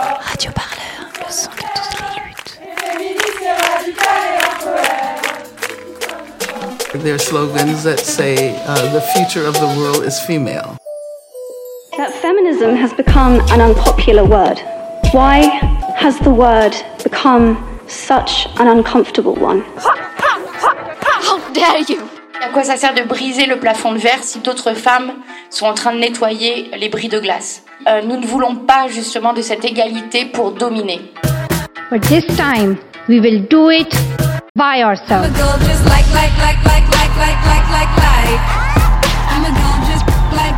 Radio Parleur, le son de toutes les luttes. There are slogans that say the future of the world is female. That feminism has become an unpopular word. Why has the word become such an uncomfortable one? How dare you! À quoi ça sert de briser le plafond de verre si d'autres femmes sont en train de nettoyer les bris de glace? Nous ne voulons pas justement de cette égalité pour dominer. But this time, we will do it by ourselves. I'm a girl just like. I'm a girl just like.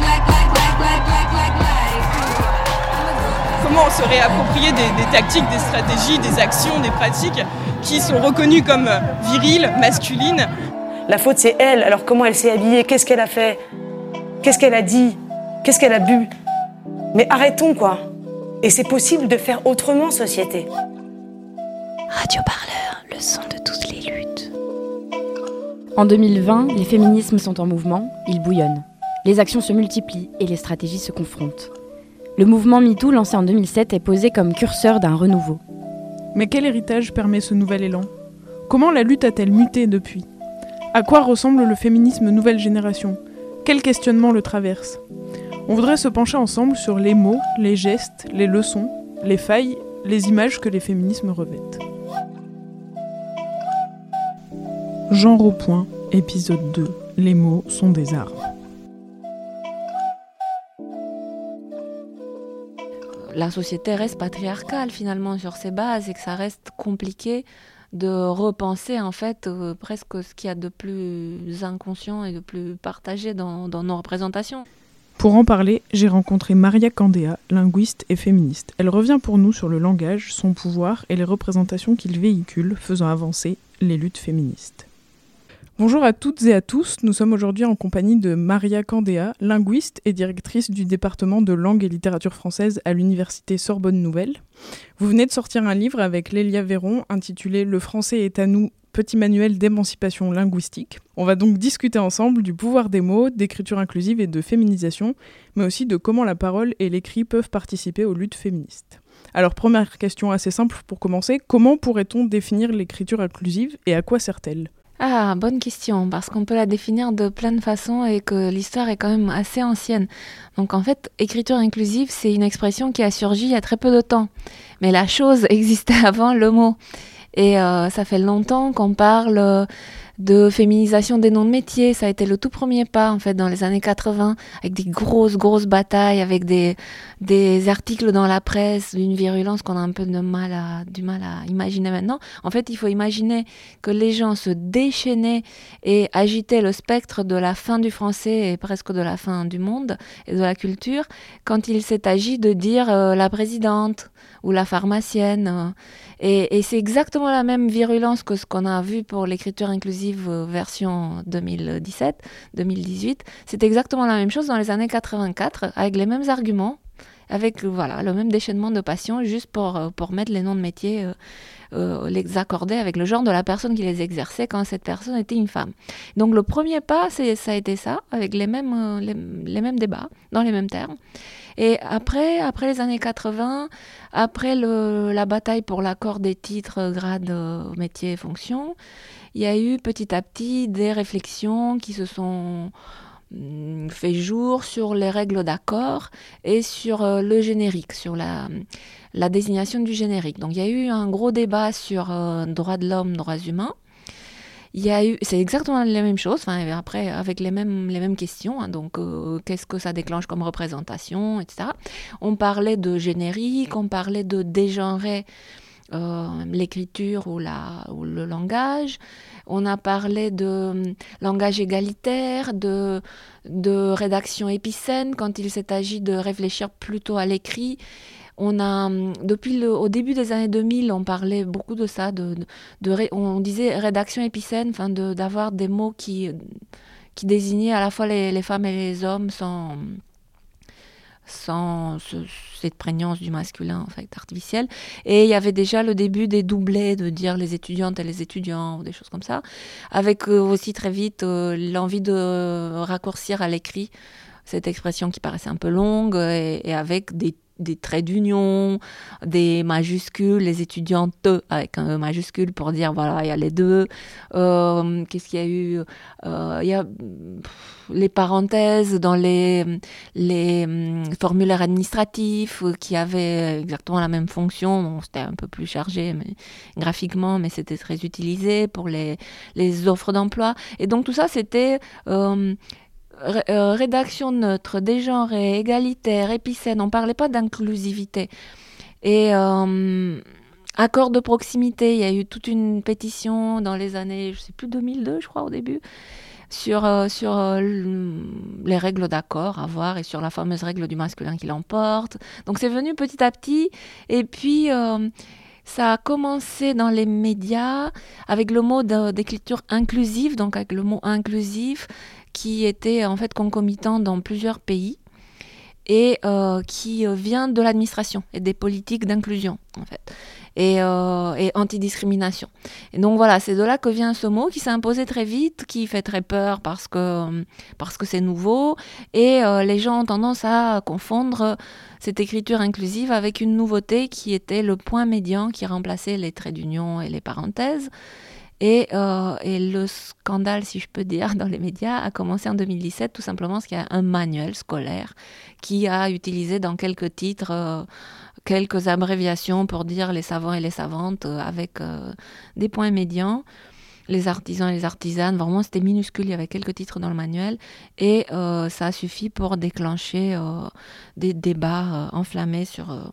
Comment se réapproprier des tactiques, des stratégies, des actions, des pratiques qui sont reconnues comme viriles, masculines. La faute, c'est elle. Alors comment elle s'est habillée? Qu'est-ce qu'elle a fait? Qu'est-ce qu'elle a dit? Qu'est-ce qu'elle a bu? Mais arrêtons, quoi. Et c'est possible de faire autrement, société. Radio Parleur, le son de toutes les luttes. En 2020, les féminismes sont en mouvement, ils bouillonnent. Les actions se multiplient et les stratégies se confrontent. Le mouvement MeToo, lancé en 2007, est posé comme curseur d'un renouveau. Mais quel héritage permet ce nouvel élan? Comment la lutte a-t-elle muté depuis? À quoi ressemble le féminisme nouvelle génération? Quels questionnements le traversent? On voudrait se pencher ensemble sur les mots, les gestes, les leçons, les failles, les images que les féminismes revêtent. Genre au point, épisode 2. Les mots sont des armes. La société reste patriarcale finalement sur ses bases et que ça reste compliqué de repenser en fait presque ce qu'il y a de plus inconscient et de plus partagé dans nos représentations. Pour en parler, j'ai rencontré Maria Candéa, linguiste et féministe. Elle revient pour nous sur le langage, son pouvoir et les représentations qu'il véhicule, faisant avancer les luttes féministes. Bonjour à toutes et à tous, nous sommes aujourd'hui en compagnie de Maria Candéa, linguiste et directrice du département de langue et littérature française à l'université Sorbonne Nouvelle. Vous venez de sortir un livre avec Lélia Véron intitulé « Le français est à nous, petit manuel d'émancipation linguistique ». On va donc discuter ensemble du pouvoir des mots, d'écriture inclusive et de féminisation, mais aussi de comment la parole et l'écrit peuvent participer aux luttes féministes. Alors première question assez simple pour commencer, comment pourrait-on définir l'écriture inclusive et à quoi sert-elle ? Ah, bonne question, parce qu'on peut la définir de plein de façons et que l'histoire est quand même assez ancienne. Donc en fait, écriture inclusive, c'est une expression qui a surgi il y a très peu de temps. Mais la chose existait avant le mot. Et ça fait longtemps qu'on parle de féminisation des noms de métiers. Ça a été le tout premier pas, en fait, dans les années 80, avec des grosses batailles, avec des articles dans la presse d'une virulence qu'on a un peu du mal à imaginer maintenant. En fait, il faut imaginer que les gens se déchaînaient et agitaient le spectre de la fin du français et presque de la fin du monde et de la culture quand il s'est agi de dire la présidente ou la pharmacienne. Et c'est exactement la même virulence que ce qu'on a vu pour l'écriture inclusive version 2017-2018. C'est exactement la même chose dans les années 84, avec les mêmes arguments, avec le même déchaînement de passion, juste pour mettre les noms de métiers, les accorder avec le genre de la personne qui les exerçait quand cette personne était une femme. Donc le premier pas, ça a été ça, avec les mêmes débats, dans les mêmes termes. Et après les années 80, après la bataille pour l'accord des titres, grades, métiers, fonctions, il y a eu petit à petit des réflexions qui se sont fait jour sur les règles d'accord et sur le générique, sur la désignation du générique. Donc il y a eu un gros débat sur droits de l'homme, droits humains. C'est exactement la même chose, après avec les mêmes questions, hein, donc qu'est-ce que ça déclenche comme représentation, etc. On parlait de générique, on parlait de dégenrer l'écriture ou le langage. On a parlé de langage égalitaire, de rédaction épicène quand il s'est agi de réfléchir plutôt à l'écrit. Au début des années 2000, on parlait beaucoup de ça, on disait rédaction épicène, d'avoir des mots qui désignaient à la fois les femmes et les hommes sans cette prégnance du masculin en fait, artificiel. Et il y avait déjà le début des doublets, de dire les étudiantes et les étudiants, ou des choses comme ça, avec aussi très vite l'envie de raccourcir à l'écrit cette expression qui paraissait un peu longue et avec des des traits d'union, des majuscules, les étudiantes avec un E majuscule pour dire voilà, il y a les deux. Qu'est-ce qu'il y a eu? Il y a les parenthèses dans les formulaires administratifs qui avaient exactement la même fonction. Bon, c'était un peu plus chargé graphiquement, mais c'était très utilisé pour les offres d'emploi. Et donc tout ça, c'était rédaction neutre, dégenrée, égalitaire, épicène. On ne parlait pas d'inclusivité. Et accord de proximité, il y a eu toute une pétition dans les années, je ne sais plus, 2002, je crois, au début, sur les règles d'accord à voir et sur la fameuse règle du masculin qui l'emporte. Donc c'est venu petit à petit. Et puis ça a commencé dans les médias avec le mot d'écriture inclusive, donc avec le mot inclusif, qui était en fait concomitant dans plusieurs pays et qui vient de l'administration et des politiques d'inclusion en fait et antidiscrimination. Et donc voilà, c'est de là que vient ce mot qui s'est imposé très vite, qui fait très peur parce que c'est nouveau et les gens ont tendance à confondre cette écriture inclusive avec une nouveauté qui était le point médian qui remplaçait les traits d'union et les parenthèses. Et le scandale, si je peux dire, dans les médias a commencé en 2017, tout simplement parce qu'il y a un manuel scolaire qui a utilisé dans quelques titres quelques abréviations pour dire les savants et les savantes avec des points médians. Les artisans et les artisanes, vraiment c'était minuscule, il y avait quelques titres dans le manuel et ça a suffi pour déclencher des débats enflammés sur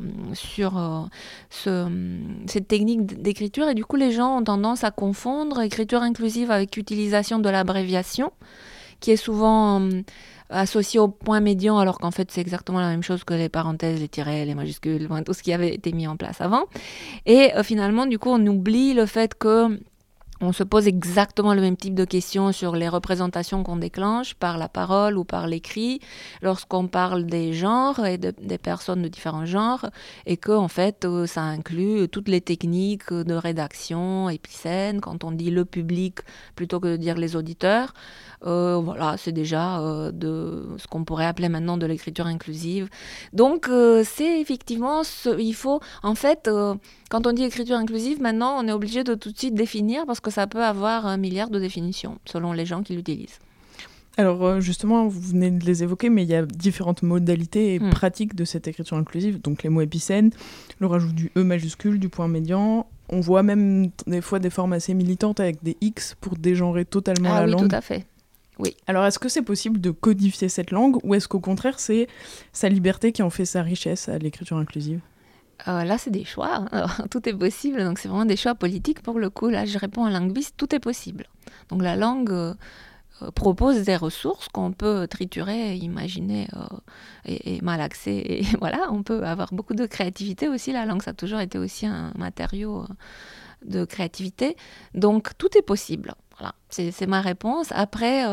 cette technique d'écriture et du coup les gens ont tendance à confondre écriture inclusive avec utilisation de l'abréviation qui est souvent associé au point médian alors qu'en fait c'est exactement la même chose que les parenthèses, les tirets, les majuscules, tout ce qui avait été mis en place avant et finalement du coup on oublie le fait que on se pose exactement le même type de questions sur les représentations qu'on déclenche par la parole ou par l'écrit lorsqu'on parle des genres et des personnes de différents genres et que en fait ça inclut toutes les techniques de rédaction épicène quand on dit le public plutôt que de dire les auditeurs. Voilà, c'est déjà de ce qu'on pourrait appeler maintenant de l'écriture inclusive. Donc c'est effectivement, il faut en fait, quand on dit écriture inclusive, maintenant on est obligé de tout de suite définir parce que ça peut avoir 1 milliard de définitions selon les gens qui l'utilisent. Alors justement, vous venez de les évoquer, mais il y a différentes modalités et pratiques de cette écriture inclusive, donc les mots épicènes, le rajout du E majuscule, du point médian. On voit même des fois des formes assez militantes avec des X pour dégenrer totalement la langue. Ah oui, tout à fait. Oui. Alors, est-ce que c'est possible de codifier cette langue ou est-ce qu'au contraire, c'est sa liberté qui en fait sa richesse à l'écriture inclusive ? Là, c'est des choix. Alors, tout est possible. Donc, c'est vraiment des choix politiques pour le coup. Là, je réponds à un linguiste, tout est possible. Donc, la langue propose des ressources qu'on peut triturer, imaginer et malaxer. Et voilà, on peut avoir beaucoup de créativité aussi. La langue, ça a toujours été aussi un matériau de créativité. Donc, tout est possible. Voilà, c'est ma réponse. Après,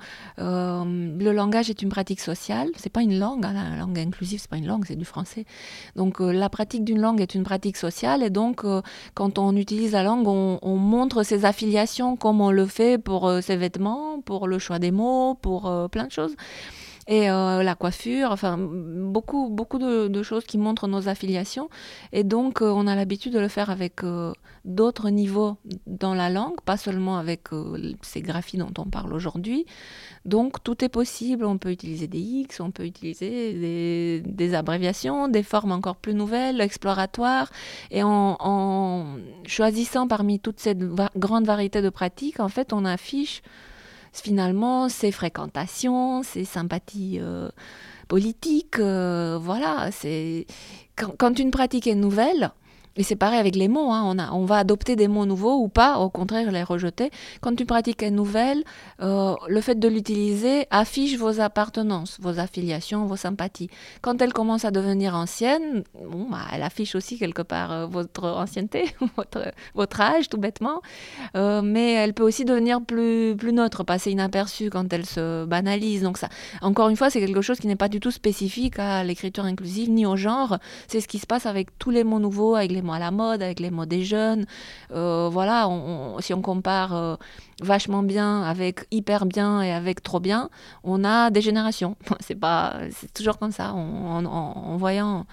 le langage est une pratique sociale. C'est pas une langue. La langue inclusive, c'est pas une langue, c'est du français. Donc, la pratique d'une langue est une pratique sociale. Et donc, quand on utilise la langue, on montre ses affiliations comme on le fait pour ses vêtements, pour le choix des mots, pour plein de choses. Et la coiffure, enfin beaucoup de choses qui montrent nos affiliations. Et donc, on a l'habitude de le faire avec d'autres niveaux dans la langue, pas seulement avec ces graphies dont on parle aujourd'hui. Donc, tout est possible. On peut utiliser des X, on peut utiliser des abréviations, des formes encore plus nouvelles, exploratoires. Et en choisissant parmi toute cette grande variété de pratiques, en fait, on affiche finalement ses fréquentations, ses sympathies politiques, voilà. Quand une pratique est nouvelle, et c'est pareil avec les mots, hein, on va adopter des mots nouveaux ou pas, au contraire les rejeter. Quand une pratique est nouvelle, le fait de l'utiliser affiche vos appartenances, vos affiliations, vos sympathies. Quand elle commence à devenir ancienne, elle affiche aussi quelque part votre ancienneté, votre âge tout bêtement, mais elle peut aussi devenir plus neutre, passer inaperçue quand elle se banalise. Donc ça, encore une fois, c'est quelque chose qui n'est pas du tout spécifique à l'écriture inclusive ni au genre. C'est ce qui se passe avec tous les mots nouveaux, avec les mots à la mode, avec les mots des jeunes. Voilà, si on compare vachement bien avec hyper bien et avec trop bien, on a des générations. C'est toujours comme ça. En voyant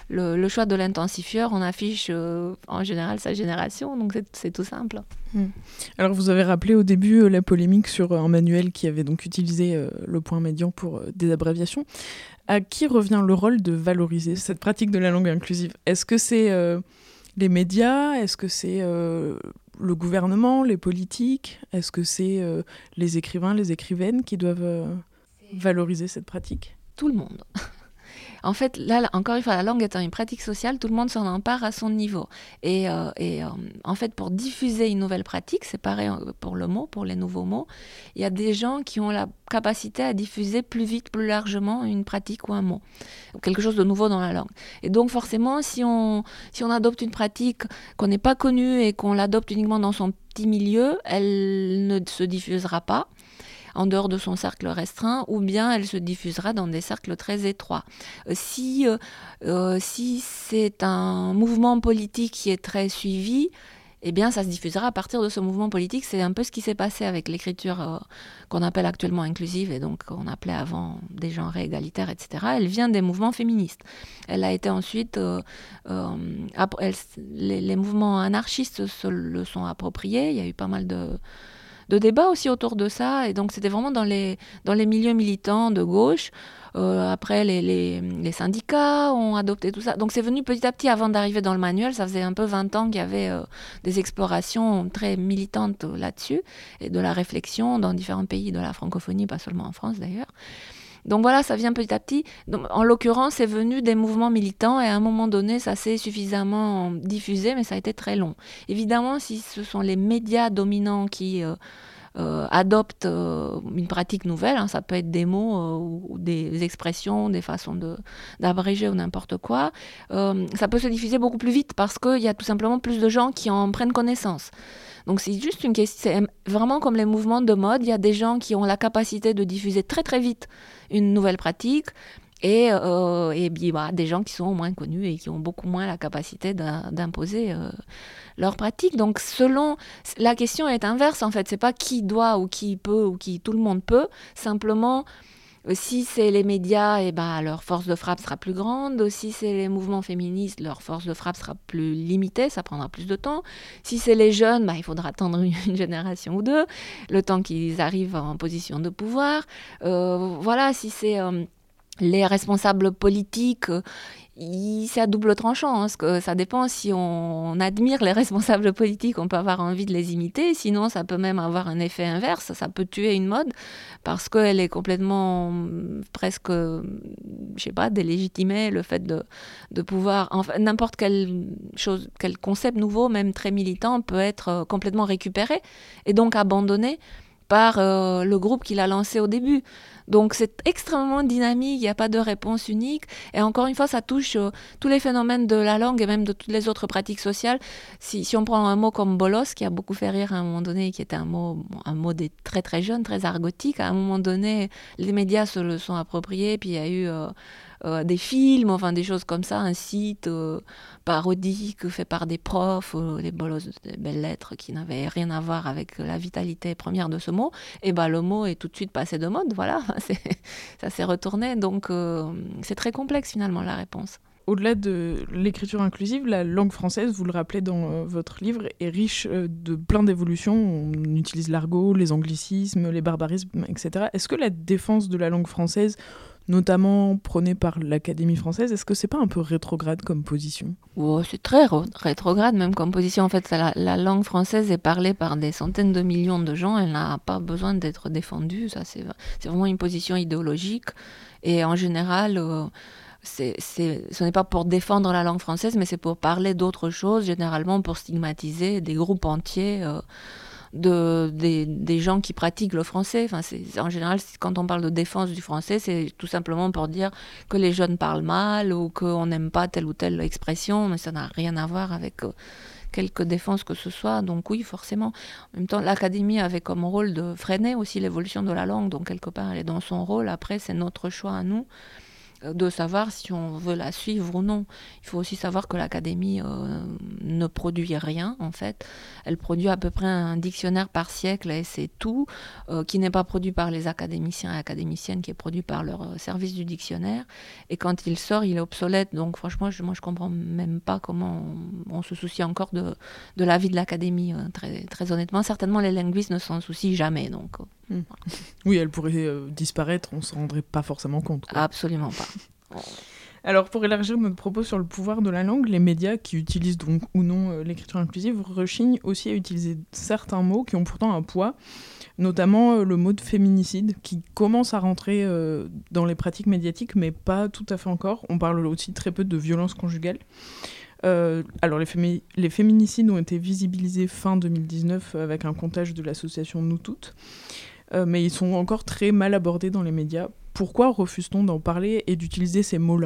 le choix de l'intensifieur, on affiche en général sa génération, donc c'est tout simple. Alors vous avez rappelé au début la polémique sur un manuel qui avait donc utilisé le point médian pour des abréviations. À qui revient le rôle de valoriser cette pratique de la langue inclusive ? Est-ce que c'est les médias ? Est-ce que c'est le gouvernement, les politiques ? Est-ce que c'est les écrivains, les écrivaines qui doivent valoriser cette pratique ? Tout le monde. En fait, là, encore une fois, la langue étant une pratique sociale, tout le monde s'en empare à son niveau. Et en fait, pour diffuser une nouvelle pratique, c'est pareil pour le mot, pour les nouveaux mots, il y a des gens qui ont la capacité à diffuser plus vite, plus largement une pratique ou un mot, quelque chose de nouveau dans la langue. Et donc, forcément, si on adopte une pratique qu'on n'est pas connue et qu'on l'adopte uniquement dans son petit milieu, elle ne se diffusera pas en dehors de son cercle restreint, ou bien elle se diffusera dans des cercles très étroits. Si c'est un mouvement politique qui est très suivi, eh bien ça se diffusera à partir de ce mouvement politique. C'est un peu ce qui s'est passé avec l'écriture qu'on appelle actuellement inclusive, et donc qu'on appelait avant dégenrée, égalitaire, etc. Elle vient des mouvements féministes. Elle a été ensuite... les mouvements anarchistes se le sont appropriés. Il y a eu pas mal de débats aussi autour de ça, et donc c'était vraiment dans les milieux militants de gauche. Après, les syndicats ont adopté tout ça. Donc c'est venu petit à petit avant d'arriver dans le manuel. Ça faisait un peu 20 ans qu'il y avait des explorations très militantes là-dessus, et de la réflexion dans différents pays de la francophonie, pas seulement en France d'ailleurs. Donc voilà, ça vient petit à petit. Donc, en l'occurrence, c'est venu des mouvements militants, et à un moment donné, ça s'est suffisamment diffusé, mais ça a été très long. Évidemment, si ce sont les médias dominants qui adoptent une pratique nouvelle, hein, ça peut être des mots ou des expressions, des façons d'abréger ou n'importe quoi, ça peut se diffuser beaucoup plus vite parce qu'il y a tout simplement plus de gens qui en prennent connaissance. Donc c'est juste une question, c'est vraiment comme les mouvements de mode, il y a des gens qui ont la capacité de diffuser très très vite une nouvelle pratique, et des gens qui sont moins connus et qui ont beaucoup moins la capacité d'imposer leur pratique. Donc la question est inverse en fait, c'est pas qui doit ou qui peut ou qui tout le monde peut, simplement si c'est les médias, leur force de frappe sera plus grande. Si c'est les mouvements féministes, leur force de frappe sera plus limitée, ça prendra plus de temps. Si c'est les jeunes, il faudra attendre une génération ou deux, le temps qu'ils arrivent en position de pouvoir. Voilà, si c'est les responsables politiques, c'est à double tranchant, hein, parce que ça dépend. Si on admire les responsables politiques, on peut avoir envie de les imiter, sinon ça peut même avoir un effet inverse, ça peut tuer une mode, parce qu'elle est complètement, presque, délégitimée, le fait de pouvoir, enfin, n'importe quelle chose, quel concept nouveau, même très militant, peut être complètement récupéré, et donc abandonné par le groupe qui l'a lancé au début. Donc c'est extrêmement dynamique, il n'y a pas de réponse unique, et encore une fois ça touche tous les phénomènes de la langue et même de toutes les autres pratiques sociales. Si on prend un mot comme bolos, qui a beaucoup fait rire à un moment donné, qui était un mot des très très jeunes, très argotique, à un moment donné les médias se le sont appropriés, puis il y a eu des films, enfin des choses comme ça, un site parodique fait par des profs, les bolos des belles lettres qui n'avaient rien à voir avec la vitalité première de ce mot, et le mot est tout de suite passé de mode, voilà, ça s'est retourné, donc c'est très complexe finalement la réponse. Au-delà de l'écriture inclusive, la langue française, vous le rappelez dans votre livre, est riche de plein d'évolutions. On utilise l'argot, les anglicismes, les barbarismes, etc. Est-ce que la défense de la langue française, notamment prônée par l'Académie française, est-ce que c'est pas un peu rétrograde comme position ? C'est très rétrograde même comme position. En fait, la langue française est parlée par des centaines de millions de gens. Elle n'a pas besoin d'être défendue. Ça, c'est vraiment une position idéologique. Et en général... ce n'est pas pour défendre la langue française, mais c'est pour parler d'autres choses, généralement pour stigmatiser des groupes entiers des gens qui pratiquent le français. Enfin, en général, quand on parle de défense du français, c'est tout simplement pour dire que les jeunes parlent mal ou qu'on n'aime pas telle ou telle expression, mais ça n'a rien à voir avec quelque défense que ce soit. Donc oui, forcément. En même temps, l'Académie avait comme rôle de freiner aussi l'évolution de la langue, donc quelque part, elle est dans son rôle. Après, c'est notre choix à nous. de savoir si on veut la suivre ou non. Il faut aussi savoir que l'Académie ne produit rien, en fait. Elle produit à peu près un dictionnaire par siècle, et c'est tout, qui n'est pas produit par les académiciens et académiciennes, qui est produit par leur service du dictionnaire. Et quand il sort, il est obsolète. Donc franchement, moi je comprends même pas comment on se soucie encore de l'avis de l'Académie, très, très honnêtement. Certainement, les linguistes ne s'en soucient jamais. Donc, voilà. Oui, elle pourrait disparaître, on ne s'en rendrait pas forcément compte, quoi. Absolument pas. Alors, pour élargir notre propos sur le pouvoir de la langue, les médias qui utilisent donc ou non l'écriture inclusive rechignent aussi à utiliser certains mots qui ont pourtant un poids, notamment le mot de féminicide, qui commence à rentrer dans les pratiques médiatiques, mais pas tout à fait encore. On parle aussi très peu de violence conjugale. Alors, les féminicides ont été visibilisés fin 2019 avec un comptage de l'association Nous Toutes, mais ils sont encore très mal abordés dans les médias. Pourquoi refuse-t-on d'en parler et d'utiliser ces mots-là ?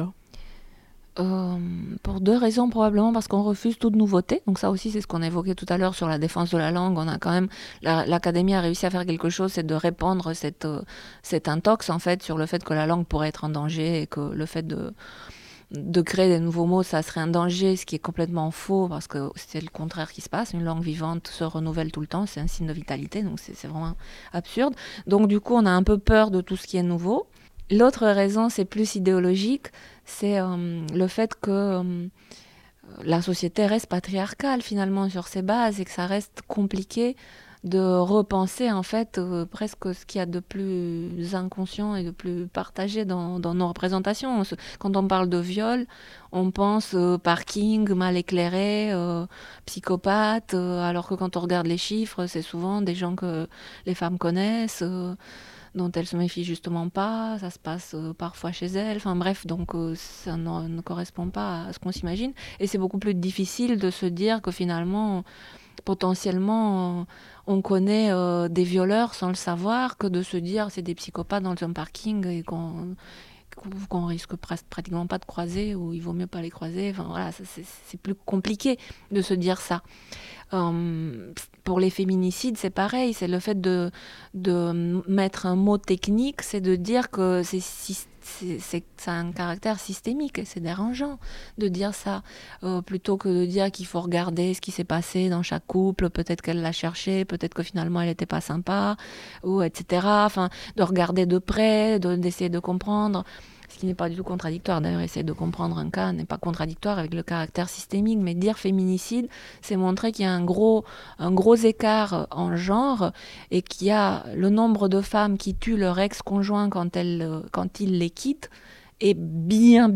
Pour deux raisons, probablement parce qu'on refuse toute nouveauté. Donc ça aussi, c'est ce qu'on évoquait tout à l'heure sur la défense de la langue. On a quand même, l'Académie a réussi à faire quelque chose, c'est de répandre cette intox, en fait, sur le fait que la langue pourrait être en danger, et que le fait de créer des nouveaux mots, ça serait un danger, ce qui est complètement faux, parce que c'est le contraire qui se passe. Une langue vivante se renouvelle tout le temps, c'est un signe de vitalité, donc c'est vraiment absurde. Donc du coup, on a un peu peur de tout ce qui est nouveau. L'autre raison, c'est plus idéologique, c'est le fait que la société reste patriarcale finalement sur ses bases, et que ça reste compliqué de repenser en fait presque ce qu'il y a de plus inconscient et de plus partagé dans nos représentations. Quand on parle de viol, on pense parking, mal éclairé, psychopathe, alors que quand on regarde les chiffres, c'est souvent des gens que les femmes connaissent, dont elles se méfient justement pas, ça se passe parfois chez elles, enfin bref, donc ça ne correspond pas à ce qu'on s'imagine, et c'est beaucoup plus difficile de se dire que finalement, potentiellement, on connaît des violeurs sans le savoir, que de se dire c'est des psychopathes dans un parking et qu'on risque pratiquement pas de croiser, ou il vaut mieux pas les croiser. Enfin voilà, c'est plus compliqué de se dire ça. Pour les féminicides, c'est pareil, c'est le fait de mettre un mot technique, c'est de dire que ça a un caractère systémique, et c'est dérangeant de dire ça, plutôt que de dire qu'il faut regarder ce qui s'est passé dans chaque couple, peut-être qu'elle l'a cherché, peut-être que finalement elle n'était pas sympa, ou etc. Enfin, de regarder de près, d'essayer de comprendre. Ce qui n'est pas du tout contradictoire. D'ailleurs, essayer de comprendre un cas n'est pas contradictoire avec le caractère systémique, mais dire féminicide, c'est montrer qu'il y a un gros écart en genre, et qu'il y a le nombre de femmes qui tuent leur ex-conjoint quand il les quitte est bien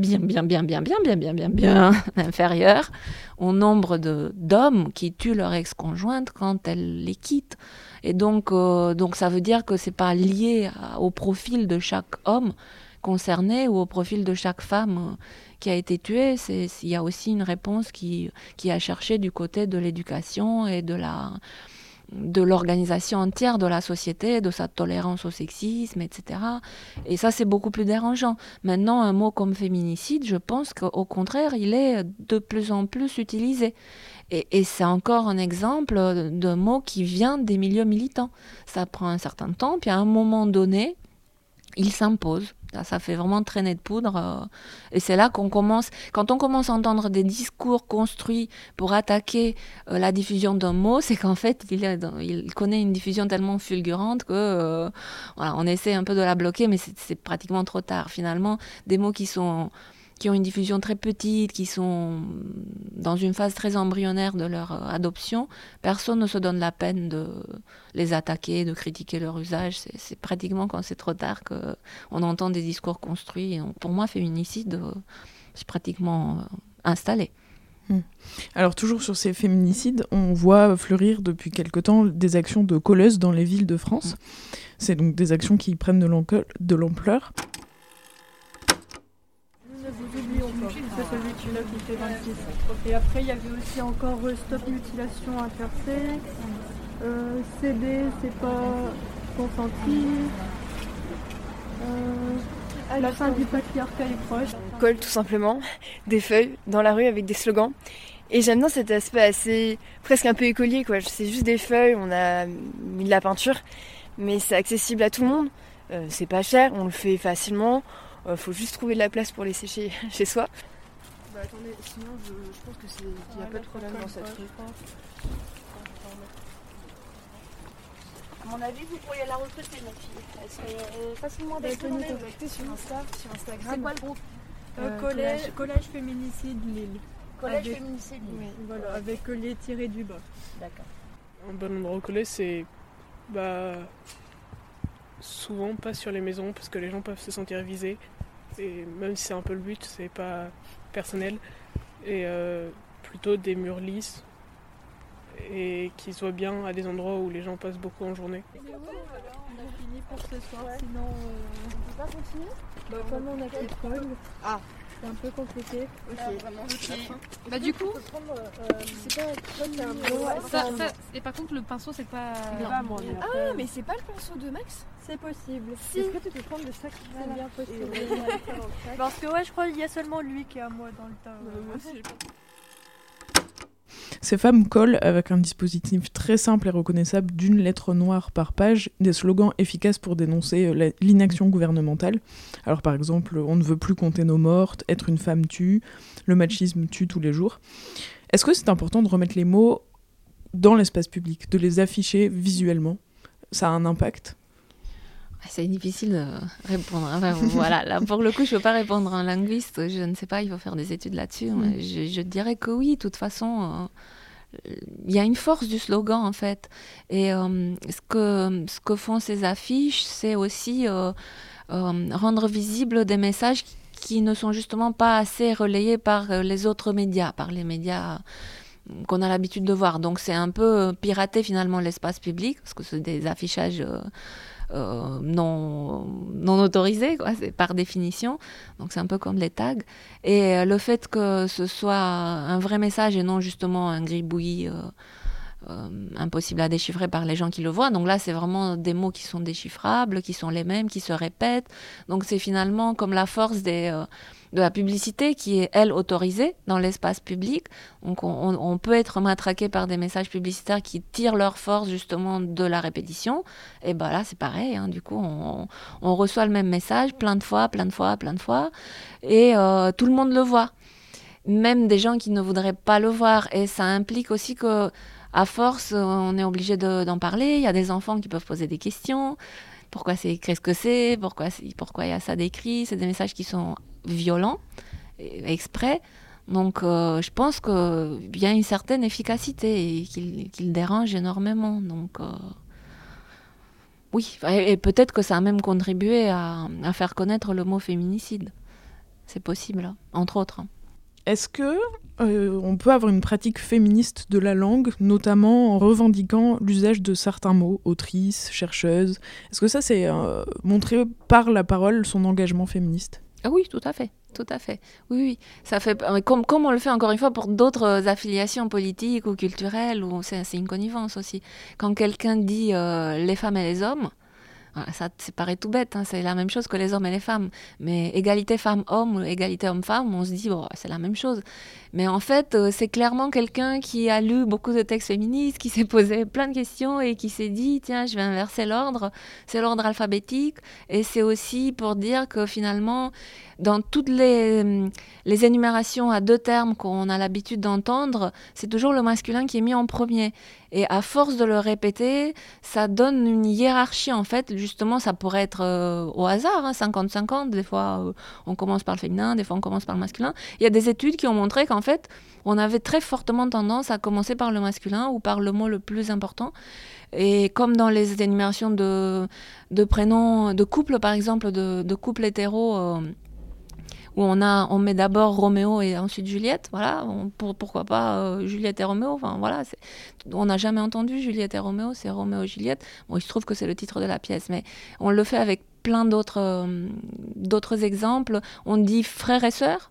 inférieur au nombre d'hommes qui tuent leur ex-conjointe quand elle les quitte. Et donc ça veut dire que c'est pas lié au profil de chaque homme concerné ou au profil de chaque femme qui a été tuée. Il y a aussi une réponse qui a cherché du côté de l'éducation et de l'organisation entière de la société, de sa tolérance au sexisme, etc. Et ça, c'est beaucoup plus dérangeant. Maintenant, un mot comme féminicide, je pense qu'au contraire, il est de plus en plus utilisé. Et c'est encore un exemple d'un mot qui vient des milieux militants. Ça prend un certain temps, puis à un moment donné, il s'impose. Ça fait vraiment traîner de poudre. Et c'est là quand on commence à entendre des discours construits pour attaquer la diffusion d'un mot, c'est qu'en fait, il connaît une diffusion tellement fulgurante que voilà, on essaie un peu de la bloquer, mais c'est pratiquement trop tard. Finalement, des mots qui ont une diffusion très petite, qui sont dans une phase très embryonnaire de leur adoption, personne ne se donne la peine de les attaquer, de critiquer leur usage. C'est pratiquement quand c'est trop tard qu'on entend des discours construits. Et pour moi, féminicide, c'est pratiquement installé. Alors toujours sur ces féminicides, on voit fleurir depuis quelque temps des actions de colleuses dans les villes de France. C'est donc des actions qui prennent de l'ampleur. Ne vous oublions pas, c'est celui-là qui fait 26. Et après, il y avait aussi encore Stop Mutilation Intersexe, CD, c'est pas consenti, la fin du patriarcat est proche. Colle tout simplement, des feuilles dans la rue avec des slogans. Et j'aime bien cet aspect assez, presque un peu écolier, quoi. C'est juste des feuilles, on a mis de la peinture, mais c'est accessible à tout le monde. C'est pas cher, on le fait facilement. Faut juste trouver de la place pour les sécher chez soi. Bah attendez, sinon je pense qu'il n'y a pas de problème dans cette rue. À mon avis, vous pourriez la recruter, ma fille. Elle serait facilement Bah, d'accueillir. tenez contacter sur Instagram. C'est quoi le groupe Collège Féminicide Lille. Collège Féminicide Lille. Oui, voilà, avec les tirés du bas. D'accord. Un bon endroit au collège, c'est souvent pas sur les maisons parce que les gens peuvent se sentir visés. Et même si c'est un peu le but, c'est pas personnel. Et plutôt des murs lisses et qui soient bien à des endroits où les gens passent beaucoup en journée. On a fini pour ce soir, sinon On peut pas continuer comme on a fait l'école, c'est un peu compliqué. Bah du coup, c'est pas et par contre le pinceau c'est pas... Ah mais c'est pas le pinceau de Max? C'est possible. Si. Est-ce que tu peux prendre le sac? C'est bien possible. Parce que je crois qu'il y a seulement lui qui est à moi dans le tas. Moi aussi. Ces femmes collent, avec un dispositif très simple et reconnaissable d'une lettre noire par page, des slogans efficaces pour dénoncer l'inaction gouvernementale. Alors par exemple, on ne veut plus compter nos mortes, être une femme tue, le machisme tue tous les jours. Est-ce que c'est important de remettre les mots dans l'espace public, de les afficher visuellement? Ça a un impact? C'est difficile de répondre. Enfin, voilà, là, pour le coup, je ne peux pas répondre à un linguiste. Je ne sais pas, il faut faire des études là-dessus. Je dirais que oui, de toute façon, il y a une force du slogan, en fait. Et ce que font ces affiches, c'est aussi rendre visibles des messages qui ne sont justement pas assez relayés par les autres médias, par les médias qu'on a l'habitude de voir. Donc, c'est un peu pirater, finalement, l'espace public, parce que c'est des affichages... non autorisé, quoi, c'est par définition. Donc c'est un peu comme les tags. Et le fait que ce soit un vrai message et non justement un gribouillis impossible à déchiffrer par les gens qui le voient. Donc là, c'est vraiment des mots qui sont déchiffrables, qui sont les mêmes, qui se répètent. Donc c'est finalement comme la force de la publicité qui est, elle, autorisée dans l'espace public. Donc on peut être matraqué par des messages publicitaires qui tirent leur force justement de la répétition. Et ben là, c'est pareil. Hein. Du coup, on reçoit le même message plein de fois. Et tout le monde le voit. Même des gens qui ne voudraient pas le voir. Et ça implique aussi que à force, on est obligé d'en parler. Il y a des enfants qui peuvent poser des questions. Pourquoi c'est écrit ce que c'est? Pourquoi il y a ça décrit? C'est des messages qui sont violents, exprès. Donc, je pense qu'il y a une certaine efficacité et qu'il dérange énormément. Donc, oui. Et peut-être que ça a même contribué à faire connaître le mot féminicide. C'est possible, entre autres. Est-ce que on peut avoir une pratique féministe de la langue, notamment en revendiquant l'usage de certains mots, autrice, chercheuse? Est-ce que ça, c'est montrer par la parole son engagement féministe? Ah oui, tout à fait. Oui. Ça fait, comme on le fait encore une fois pour d'autres affiliations politiques ou culturelles, où c'est une connivence aussi. Quand quelqu'un dit les femmes et les hommes, ça paraît tout bête, hein, c'est la même chose que les hommes et les femmes. Mais égalité femmes-hommes ou égalité homme-femme, on se dit, c'est la même chose. Mais en fait, c'est clairement quelqu'un qui a lu beaucoup de textes féministes, qui s'est posé plein de questions et qui s'est dit, tiens, je vais inverser l'ordre. C'est l'ordre alphabétique. Et c'est aussi pour dire que finalement, dans toutes les énumérations à deux termes qu'on a l'habitude d'entendre, c'est toujours le masculin qui est mis en premier. Et à force de le répéter, ça donne une hiérarchie, en fait. Justement, ça pourrait être au hasard, hein, 50-50. Des fois, on commence par le féminin, des fois, on commence par le masculin. Il y a des études qui ont montré qu'en fait, on avait très fortement tendance à commencer par le masculin ou par le mot le plus important. Et comme dans les énumérations de prénoms, de couples, par exemple, de couples hétéros... où on met d'abord Roméo et ensuite Juliette, voilà, pourquoi pas Juliette et Roméo, enfin voilà, on n'a jamais entendu Juliette et Roméo, c'est Roméo et Juliette, bon il se trouve que c'est le titre de la pièce, mais on le fait avec plein d'autres exemples, on dit frère et sœur,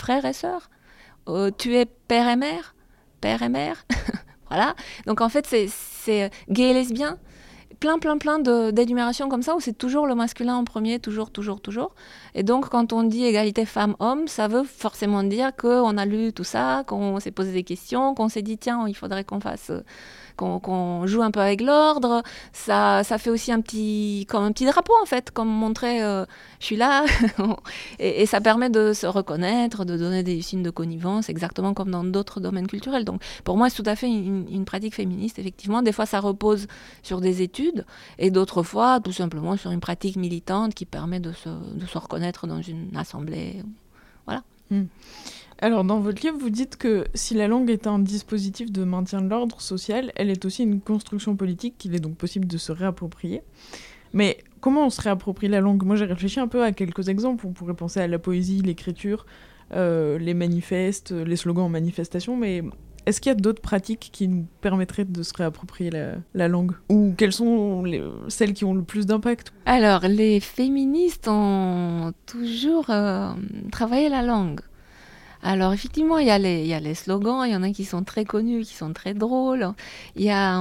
tu es père et mère, voilà, donc en fait c'est gay et lesbien, plein d'énumérations comme ça où c'est toujours le masculin en premier, toujours. Et donc, quand on dit égalité femmes-hommes, ça veut forcément dire qu'on a lu tout ça, qu'on s'est posé des questions, qu'on s'est dit, tiens, il faudrait qu'on fasse... qu'on joue un peu avec l'ordre. Ça fait aussi comme un petit drapeau, en fait, comme montrer je suis là. et ça permet de se reconnaître, de donner des signes de connivence, exactement comme dans d'autres domaines culturels. Donc, pour moi, c'est tout à fait une pratique féministe, effectivement. Des fois, ça repose sur des études, et d'autres fois, tout simplement, sur une pratique militante qui permet de se reconnaître dans une assemblée. Voilà. Alors, dans votre livre, vous dites que si la langue est un dispositif de maintien de l'ordre social, elle est aussi une construction politique qu'il est donc possible de se réapproprier. Mais comment on se réapproprie la langue ? Moi, j'ai réfléchi un peu à quelques exemples. On pourrait penser à la poésie, l'écriture, les manifestes, les slogans en manifestation, mais est-ce qu'il y a d'autres pratiques qui nous permettraient de se réapproprier la langue ? Ou quelles sont celles qui ont le plus d'impact ? Alors, les féministes ont toujours travaillé la langue. Alors effectivement, il y a les slogans, il y en a qui sont très connus, qui sont très drôles. Il y a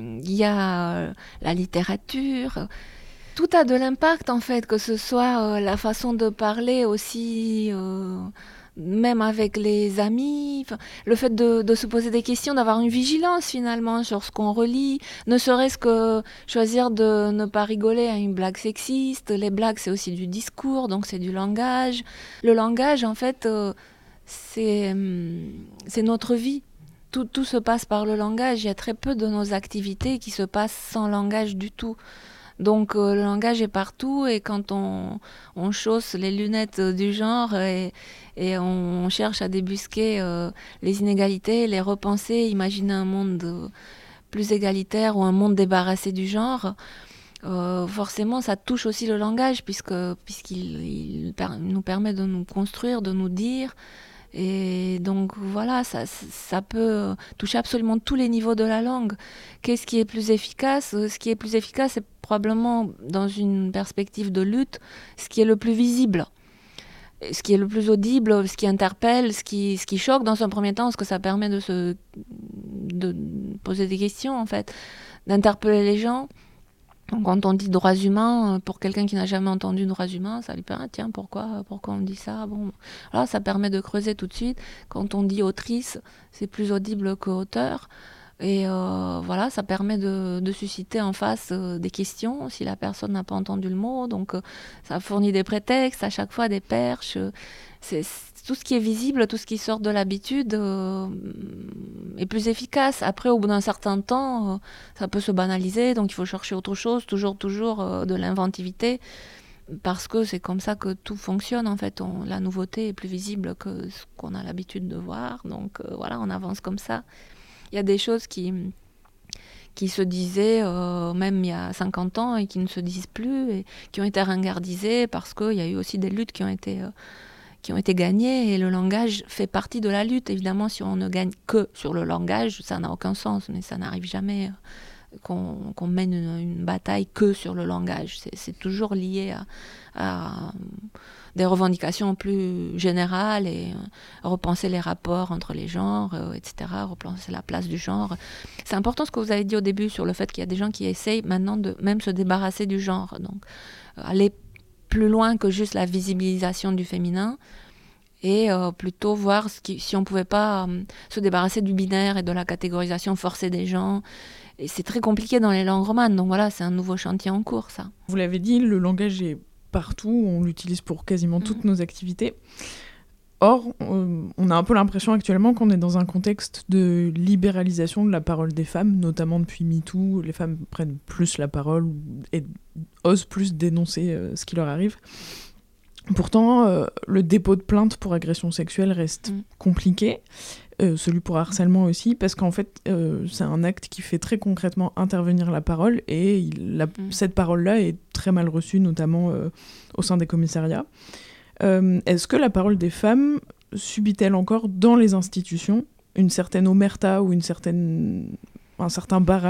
la littérature. Tout a de l'impact en fait, que ce soit la façon de parler aussi, même avec les amis. Le fait de se poser des questions, d'avoir une vigilance finalement sur ce qu'on relit. Ne serait-ce que choisir de ne pas rigoler à une blague sexiste. Les blagues, c'est aussi du discours, donc c'est du langage. Le langage, en fait... c'est notre vie. Tout se passe par le langage. Il y a très peu de nos activités qui se passent sans langage du tout. Donc le langage est partout et quand on chausse les lunettes du genre et on cherche à débusquer les inégalités, les repenser, imaginer un monde plus égalitaire ou un monde débarrassé du genre, forcément ça touche aussi le langage puisqu'il nous permet de nous construire, de nous dire. Et donc voilà, ça peut toucher absolument tous les niveaux de la langue. Qu'est-ce qui est plus efficace ? Ce qui est plus efficace, c'est probablement, dans une perspective de lutte, ce qui est le plus visible, ce qui est le plus audible, ce qui interpelle, ce qui choque dans un premier temps, parce que ça permet de poser des questions, en fait, d'interpeller les gens. Donc, quand on dit droits humains, pour quelqu'un qui n'a jamais entendu droits humains, ça lui permet, tiens, pourquoi on dit ça ? Bon, voilà, ça permet de creuser tout de suite. Quand on dit autrice, c'est plus audible que auteur. Et voilà, ça permet de susciter en face des questions si la personne n'a pas entendu le mot. Donc, ça fournit des prétextes, à chaque fois des perches. C'est tout ce qui est visible, tout ce qui sort de l'habitude est plus efficace. Après, au bout d'un certain temps, ça peut se banaliser, donc il faut chercher autre chose, toujours de l'inventivité, parce que c'est comme ça que tout fonctionne, en fait. La nouveauté est plus visible que ce qu'on a l'habitude de voir, donc voilà, on avance comme ça. Il y a des choses qui se disaient même il y a 50 ans et qui ne se disent plus, et qui ont été ringardisées, parce qu'il y a eu aussi des luttes qui ont été gagnées, et le langage fait partie de la lutte. Évidemment, si on ne gagne que sur le langage, ça n'a aucun sens, mais ça n'arrive jamais qu'on mène une bataille que sur le langage. C'est toujours lié à des revendications plus générales, et repenser les rapports entre les genres, etc., repenser la place du genre. C'est important ce que vous avez dit au début sur le fait qu'il y a des gens qui essayent maintenant de même se débarrasser du genre, donc aller plus loin que juste la visibilisation du féminin, et plutôt voir si on ne pouvait pas se débarrasser du binaire et de la catégorisation forcée des gens. Et c'est très compliqué dans les langues romanes, donc voilà, c'est un nouveau chantier en cours, ça. Vous l'avez dit, le langage est partout, on l'utilise pour quasiment toutes nos activités. Or, on a un peu l'impression actuellement qu'on est dans un contexte de libéralisation de la parole des femmes, notamment depuis MeToo. Les femmes prennent plus la parole et osent plus dénoncer ce qui leur arrive. Pourtant, le dépôt de plainte pour agression sexuelle reste compliqué, celui pour harcèlement aussi, parce qu'en fait, c'est un acte qui fait très concrètement intervenir la parole, et cette parole-là est très mal reçue, notamment au sein des commissariats. Est-ce que la parole des femmes subit-elle encore dans les institutions une certaine omerta ou un certain barrage ?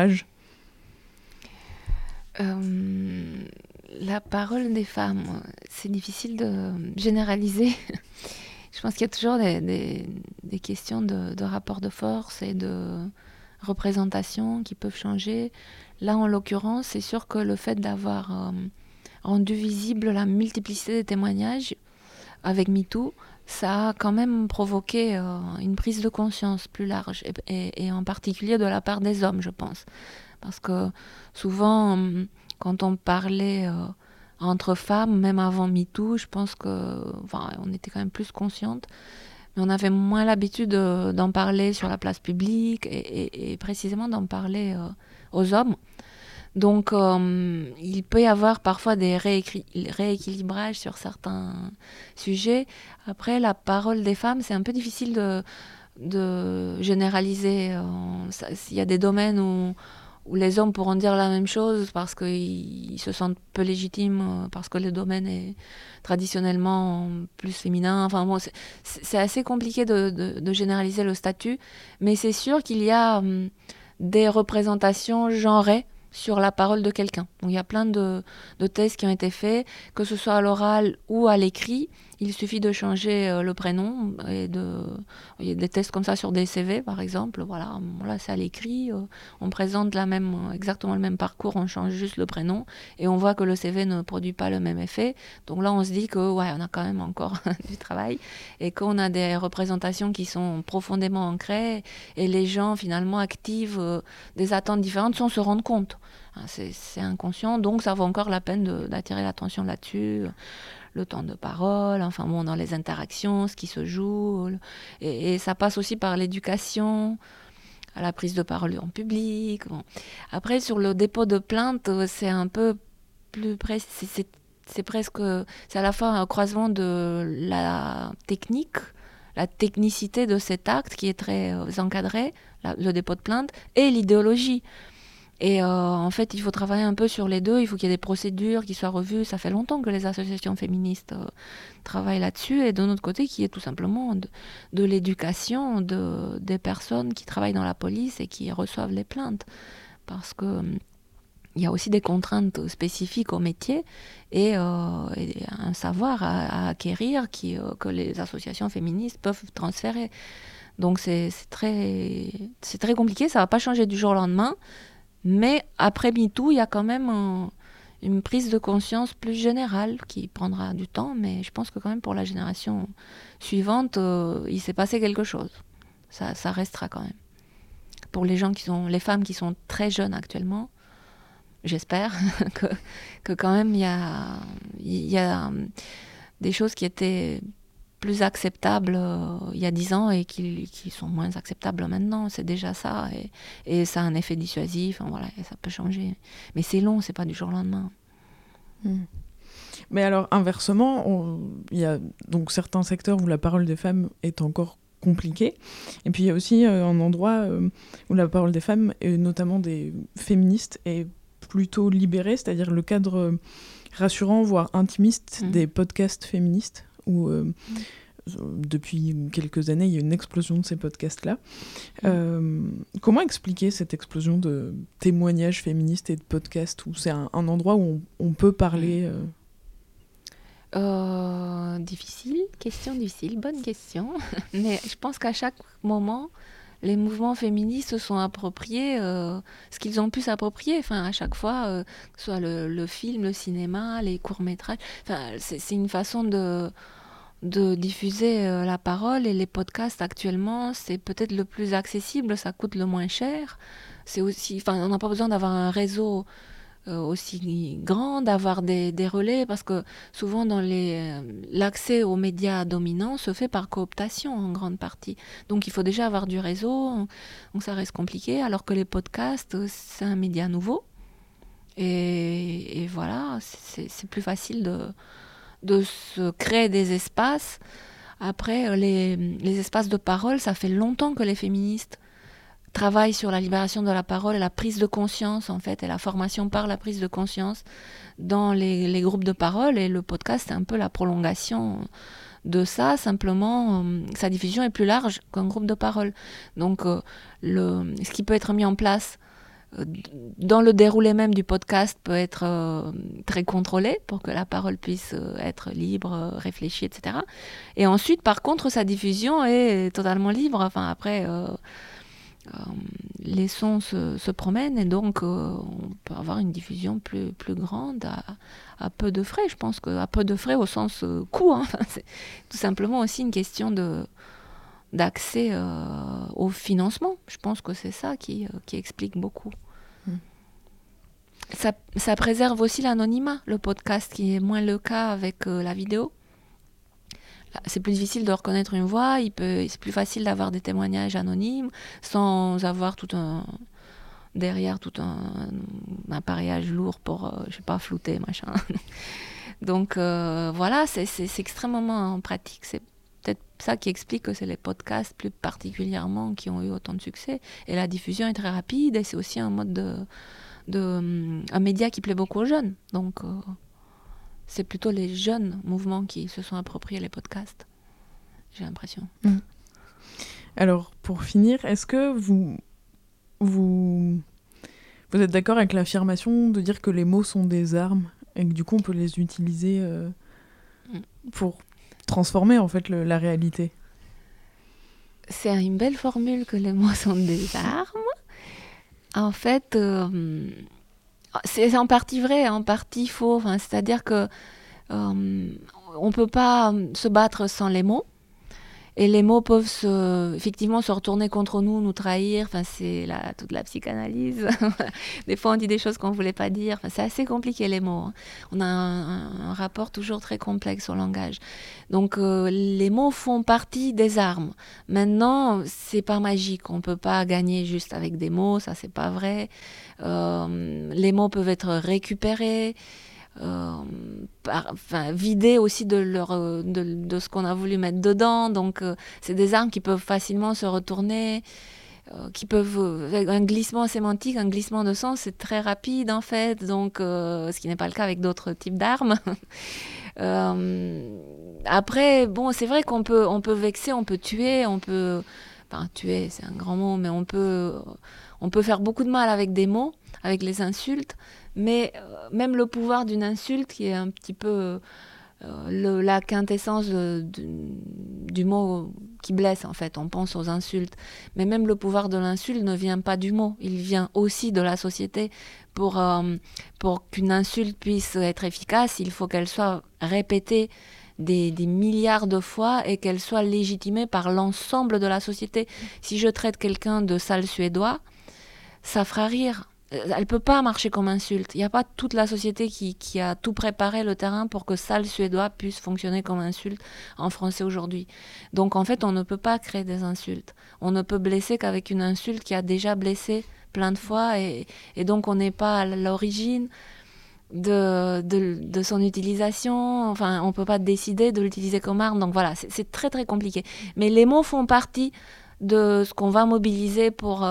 La parole des femmes, c'est difficile de généraliser. Je pense qu'il y a toujours des questions de rapport de force et de représentations qui peuvent changer. Là, en l'occurrence, c'est sûr que le fait d'avoir rendu visible la multiplicité des témoignages avec MeToo, ça a quand même provoqué une prise de conscience plus large, et en particulier de la part des hommes, je pense. Parce que souvent, quand on parlait entre femmes, même avant MeToo, je pense on était quand même plus conscientes, mais on avait moins l'habitude d'en parler sur la place publique et précisément d'en parler aux hommes. Donc, il peut y avoir parfois des rééquilibrages sur certains sujets. Après, la parole des femmes, c'est un peu difficile de généraliser. Il y a des domaines où les hommes pourront dire la même chose parce qu'ils se sentent peu légitimes, parce que le domaine est traditionnellement plus féminin. Enfin bon, c'est assez compliqué de généraliser le statut, mais c'est sûr qu'il y a des représentations genrées sur la parole de quelqu'un. Donc, il y a plein de tests qui ont été faits, que ce soit à l'oral ou à l'écrit. Il suffit de changer le prénom. Il y a des tests comme ça sur des CV, par exemple. Voilà, là, c'est à l'écrit. On présente exactement le même parcours, on change juste le prénom. Et on voit que le CV ne produit pas le même effet. Donc là, on se dit on a quand même encore du travail. Et qu'on a des représentations qui sont profondément ancrées. Et les gens, finalement, activent des attentes différentes sans se rendre compte. C'est inconscient, donc ça vaut encore la peine d'attirer l'attention là-dessus, le temps de parole, dans les interactions, ce qui se joue, et ça passe aussi par l'éducation, à la prise de parole en public. Bon. Après, sur le dépôt de plainte, c'est un peu plus précis, c'est à la fois un croisement de la technique, la technicité de cet acte qui est très encadré, le dépôt de plainte, et l'idéologie. Et en fait, il faut travailler un peu sur les deux. Il faut qu'il y ait des procédures qui soient revues. Ça fait longtemps que les associations féministes travaillent là-dessus. Et de notre côté, qu'il y ait tout simplement de l'éducation des personnes qui travaillent dans la police et qui reçoivent les plaintes. Parce que il y a aussi des contraintes spécifiques au métier et un savoir à acquérir que les associations féministes peuvent transférer. Donc c'est très compliqué. Ça ne va pas changer du jour au lendemain. Mais après MeToo, il y a quand même une prise de conscience plus générale qui prendra du temps, mais je pense que quand même pour la génération suivante, il s'est passé quelque chose. Ça restera quand même. Pour les femmes qui sont très jeunes actuellement, j'espère que quand même il y a des choses qui étaient plus acceptables il y a 10 ans et qui sont moins acceptables maintenant. C'est déjà ça. Et ça a un effet dissuasif. Et ça peut changer. Mais c'est long, c'est pas du jour au lendemain. Mais alors, inversement, il y a donc certains secteurs où la parole des femmes est encore compliquée. Et puis, il y a aussi un endroit où la parole des femmes, et notamment des féministes, est plutôt libérée, c'est-à-dire le cadre rassurant, voire intimiste des podcasts féministes, où depuis quelques années, il y a une explosion de ces podcasts-là. Comment expliquer cette explosion de témoignages féministes et de podcasts, où c'est un endroit où on peut parler Difficile, bonne question. Mais je pense qu'à chaque moment, les mouvements féministes se sont appropriés ce qu'ils ont pu s'approprier. À chaque fois, que ce soit le film, le cinéma, les courts-métrages. C'est une façon de diffuser la parole, et les podcasts actuellement, c'est peut-être le plus accessible, ça coûte le moins cher. C'est aussi, on n'a pas besoin d'avoir un réseau aussi grand, d'avoir des relais, parce que souvent l'accès aux médias dominants se fait par cooptation en grande partie. Donc il faut déjà avoir du réseau, donc ça reste compliqué, alors que les podcasts, c'est un média nouveau. Et voilà, c'est plus facile de se créer des espaces. Après, les espaces de parole, ça fait longtemps que les féministes travaillent sur la libération de la parole et la prise de conscience, en fait, et la formation par la prise de conscience dans les groupes de parole. Et le podcast, c'est un peu la prolongation de ça. Simplement, sa diffusion est plus large qu'un groupe de parole. Donc, ce qui peut être mis en place dans le déroulé même du podcast peut être très contrôlé pour que la parole puisse être libre, réfléchie, etc. Et ensuite, par contre, sa diffusion est totalement libre. Après, les sons se promènent et donc on peut avoir une diffusion plus grande à peu de frais. Je pense qu'à peu de frais au sens coût, hein. C'est tout simplement aussi une question d'accès au financement. Je pense que c'est ça qui explique beaucoup. Ça préserve aussi l'anonymat, le podcast, qui est moins le cas avec la vidéo. C'est plus difficile de reconnaître une voix, c'est plus facile d'avoir des témoignages anonymes sans avoir derrière tout un appareillage lourd pour, flouter, machin. Donc voilà, c'est extrêmement pratique. C'est peut-être ça qui explique que c'est les podcasts plus particulièrement qui ont eu autant de succès. Et la diffusion est très rapide et c'est aussi un mode un média qui plaît beaucoup aux jeunes. Donc c'est plutôt les jeunes mouvements qui se sont appropriés les podcasts, j'ai l'impression. Alors, pour finir, est-ce que vous êtes d'accord avec l'affirmation de dire que les mots sont des armes et que du coup on peut les utiliser pour transformer en fait la réalité? C'est une belle formule que les mots sont des armes. En fait, c'est en partie vrai, en partie faux. Enfin, c'est-à-dire que on peut pas se battre sans les mots. Et les mots peuvent effectivement se retourner contre nous, nous trahir. Enfin, c'est toute la psychanalyse. Des fois, on dit des choses qu'on ne voulait pas dire. Enfin, c'est assez compliqué, les mots. On a un rapport toujours très complexe au langage. Donc, les mots font partie des armes. Maintenant, c'est pas magique. On ne peut pas gagner juste avec des mots. Ça, c'est pas vrai. Les mots peuvent être récupérés. Vidés aussi de ce qu'on a voulu mettre dedans. Donc c'est des armes qui peuvent facilement se retourner, qui peuvent un glissement sémantique, un glissement de sens, c'est très rapide en fait, donc ce qui n'est pas le cas avec d'autres types d'armes. Après, bon, c'est vrai qu'on peut vexer, on peut tuer, tuer c'est un grand mot, mais on peut faire beaucoup de mal avec des mots, avec les insultes. Mais même le pouvoir d'une insulte, qui est un petit peu la quintessence du mot qui blesse, en fait. On pense aux insultes. Mais même le pouvoir de l'insulte ne vient pas du mot. Il vient aussi de la société. Pour qu'une insulte puisse être efficace, il faut qu'elle soit répétée des milliards de fois et qu'elle soit légitimée par l'ensemble de la société. Si je traite quelqu'un de sale suédois, ça fera rire. Elle ne peut pas marcher comme insulte. Il n'y a pas toute la société qui a tout préparé le terrain pour que sale suédois puisse fonctionner comme insulte en français aujourd'hui. Donc en fait, on ne peut pas créer des insultes. On ne peut blesser qu'avec une insulte qui a déjà blessé plein de fois et donc on n'est pas à l'origine de son utilisation. Enfin, on ne peut pas décider de l'utiliser comme arme. Donc voilà, c'est très très compliqué. Mais les mots font partie de ce qu'on va mobiliser pour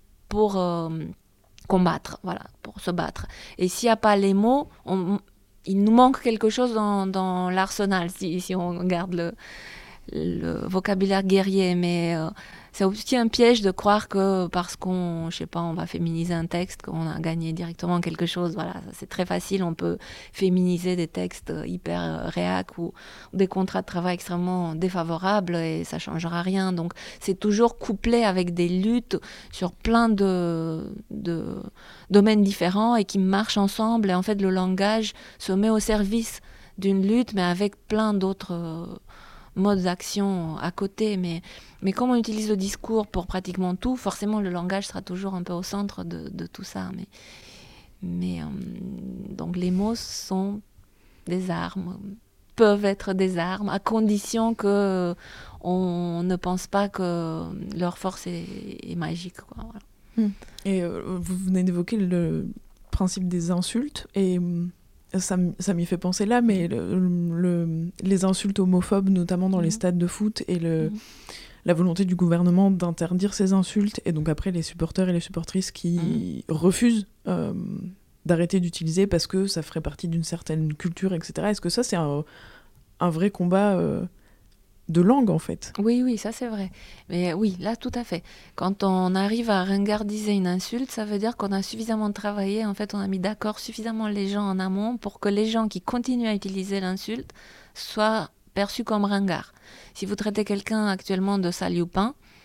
combattre, voilà, pour se battre. Et s'il n'y a pas les mots, il nous manque quelque chose dans l'arsenal, si on regarde le vocabulaire guerrier. Mais c'est aussi un piège de croire que parce qu'on va féminiser un texte, qu'on a gagné directement quelque chose. Voilà, c'est très facile, on peut féminiser des textes hyper réac ou des contrats de travail extrêmement défavorables et ça ne changera rien. Donc c'est toujours couplé avec des luttes sur plein de domaines différents et qui marchent ensemble. Et en fait, le langage se met au service d'une lutte, mais avec plein d'autres modes d'action à côté, mais comme on utilise le discours pour pratiquement tout, forcément le langage sera toujours un peu au centre de tout ça. Mais donc les mots sont des armes, peuvent être des armes, à condition que on ne pense pas que leur force est magique, quoi. Voilà. Et vous venez d'évoquer le principe des insultes, et ça m'y fait penser là, mais les insultes homophobes, notamment dans les stades de foot, et la volonté du gouvernement d'interdire ces insultes, et donc après les supporters et les supportrices qui refusent d'arrêter d'utiliser parce que ça ferait partie d'une certaine culture, etc. Est-ce que ça, c'est un vrai combat de langue, en fait? Oui, ça c'est vrai. Mais oui, là, tout à fait. Quand on arrive à ringardiser une insulte, ça veut dire qu'on a suffisamment travaillé, en fait, on a mis d'accord suffisamment les gens en amont pour que les gens qui continuent à utiliser l'insulte soient perçus comme ringards. Si vous traitez quelqu'un actuellement de saliopin,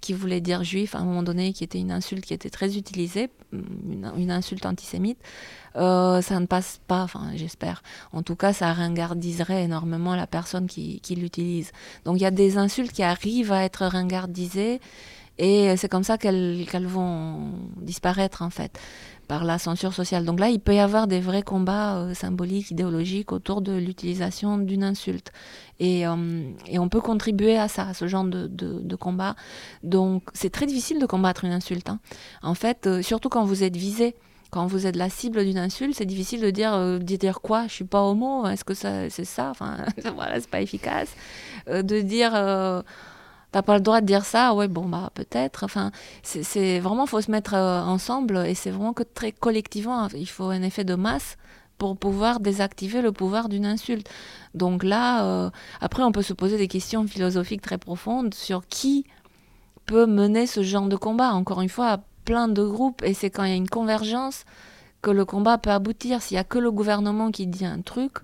qui voulait dire juif à un moment donné, qui était une insulte qui était très utilisée, une insulte antisémite, ça ne passe pas, enfin j'espère. En tout cas, ça ringardiserait énormément la personne qui l'utilise. Donc il y a des insultes qui arrivent à être ringardisées et c'est comme ça qu'elles vont disparaître en fait, par la censure sociale. Donc là, il peut y avoir des vrais combats symboliques, idéologiques autour de l'utilisation d'une insulte. Et on peut contribuer à ça, à ce genre de combat. Donc c'est très difficile de combattre une insulte. Hein. En fait, surtout quand vous êtes visé. Quand vous êtes la cible d'une insulte, c'est difficile de dire quoi ? Je suis pas homo, est-ce que c'est ça ? Enfin, voilà, c'est pas efficace. De dire t'as pas le droit de dire ça, ouais, bon, bah, peut-être. Enfin, c'est vraiment, faut se mettre ensemble et c'est vraiment que très collectivement. Il faut un effet de masse pour pouvoir désactiver le pouvoir d'une insulte. Donc là, après, on peut se poser des questions philosophiques très profondes sur qui peut mener ce genre de combat. Encore une fois, plein de groupes, et c'est quand il y a une convergence que le combat peut aboutir. S'il n'y a que le gouvernement qui dit un truc,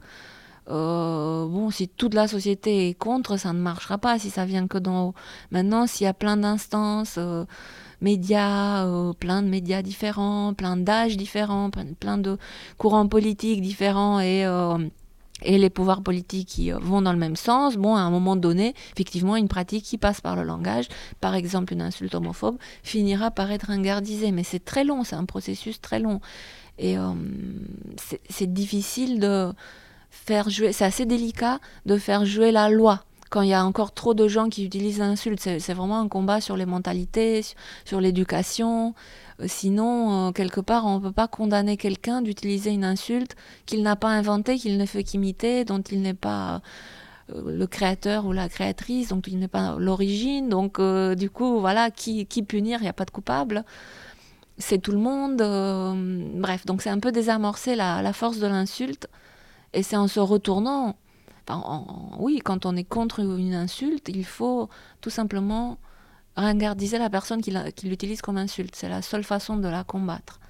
si toute la société est contre, ça ne marchera pas si ça vient que d'en haut. Maintenant, s'il y a plein d'instances, médias, plein de médias différents, plein d'âges différents, plein de courants politiques différents et les pouvoirs politiques qui vont dans le même sens, à un moment donné, effectivement, une pratique qui passe par le langage, par exemple une insulte homophobe, finira par être ringardisée. Mais c'est très long, c'est un processus très long. Et c'est difficile de faire jouer, c'est assez délicat de faire jouer la loi quand il y a encore trop de gens qui utilisent l'insulte. C'est vraiment un combat sur les mentalités, sur l'éducation. Sinon, quelque part, on ne peut pas condamner quelqu'un d'utiliser une insulte qu'il n'a pas inventée, qu'il ne fait qu'imiter, dont il n'est pas le créateur ou la créatrice, dont il n'est pas l'origine. Donc, du coup, voilà, qui punir ? Il n'y a pas de coupable. C'est tout le monde. Bref, donc c'est un peu désamorcer la force de l'insulte. Et c'est en se retournant... oui, quand on est contre une insulte, il faut tout simplement ringardiser la personne qui l'utilise comme insulte. C'est la seule façon de la combattre.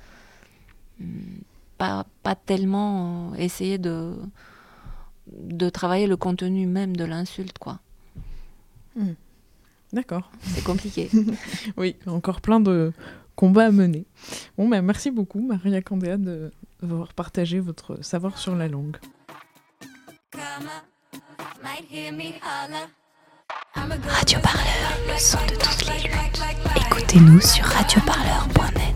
Pas tellement essayer de travailler le contenu même de l'insulte, quoi. D'accord. C'est compliqué. Oui, encore plein de combats à mener. Bon, merci beaucoup, Maria Candéa, d'avoir partagé votre savoir sur la langue. Radio Parleur, le son de toutes les luttes. Écoutez-nous sur radioparleur.net.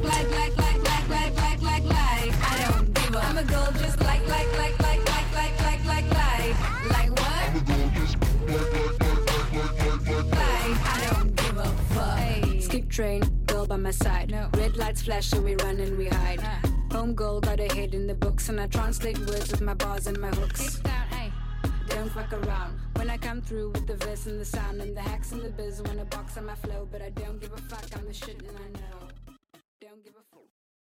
Skip train, girl by my side. Red lights flash, so we run and we hide. Home girl got her head in the books, and I translate words with my bars and my hooks. Don't fuck around when I come through with the verse and the sound and the hacks and the biz. Wanna box on my flow, but I don't give a fuck. I'm the shit and I know.